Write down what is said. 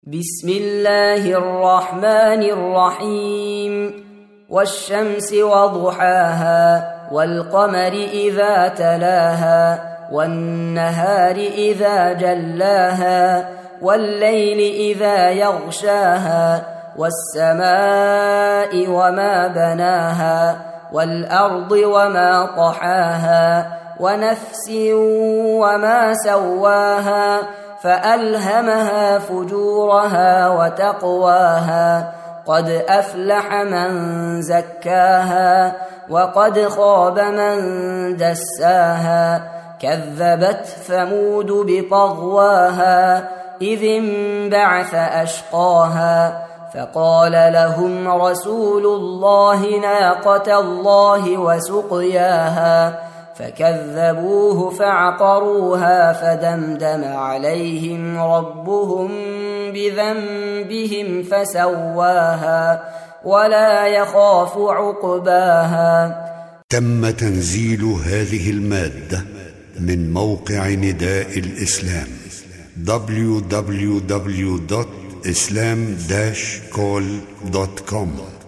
بسم الله الرحمن الرحيم والشمس وضحاها والقمر إذا تلاها والنهار إذا جلاها والليل إذا يغشاها والسماء وما بناها والأرض وما طحاها ونفس وما سواها فألهمها فجورها وتقواها قد أفلح من زكاها وقد خاب من دساها كذبت ثمود بطغواها إذ انبعث أشقاها فقال لهم رسول الله ناقة الله وسقياها فكذبوه فعقروها فدمدم عليهم ربهم بذنبهم فسواها ولا يخاف عقباها. تم تنزيل هذه المادة من موقع نداء الإسلام www.islam-call.com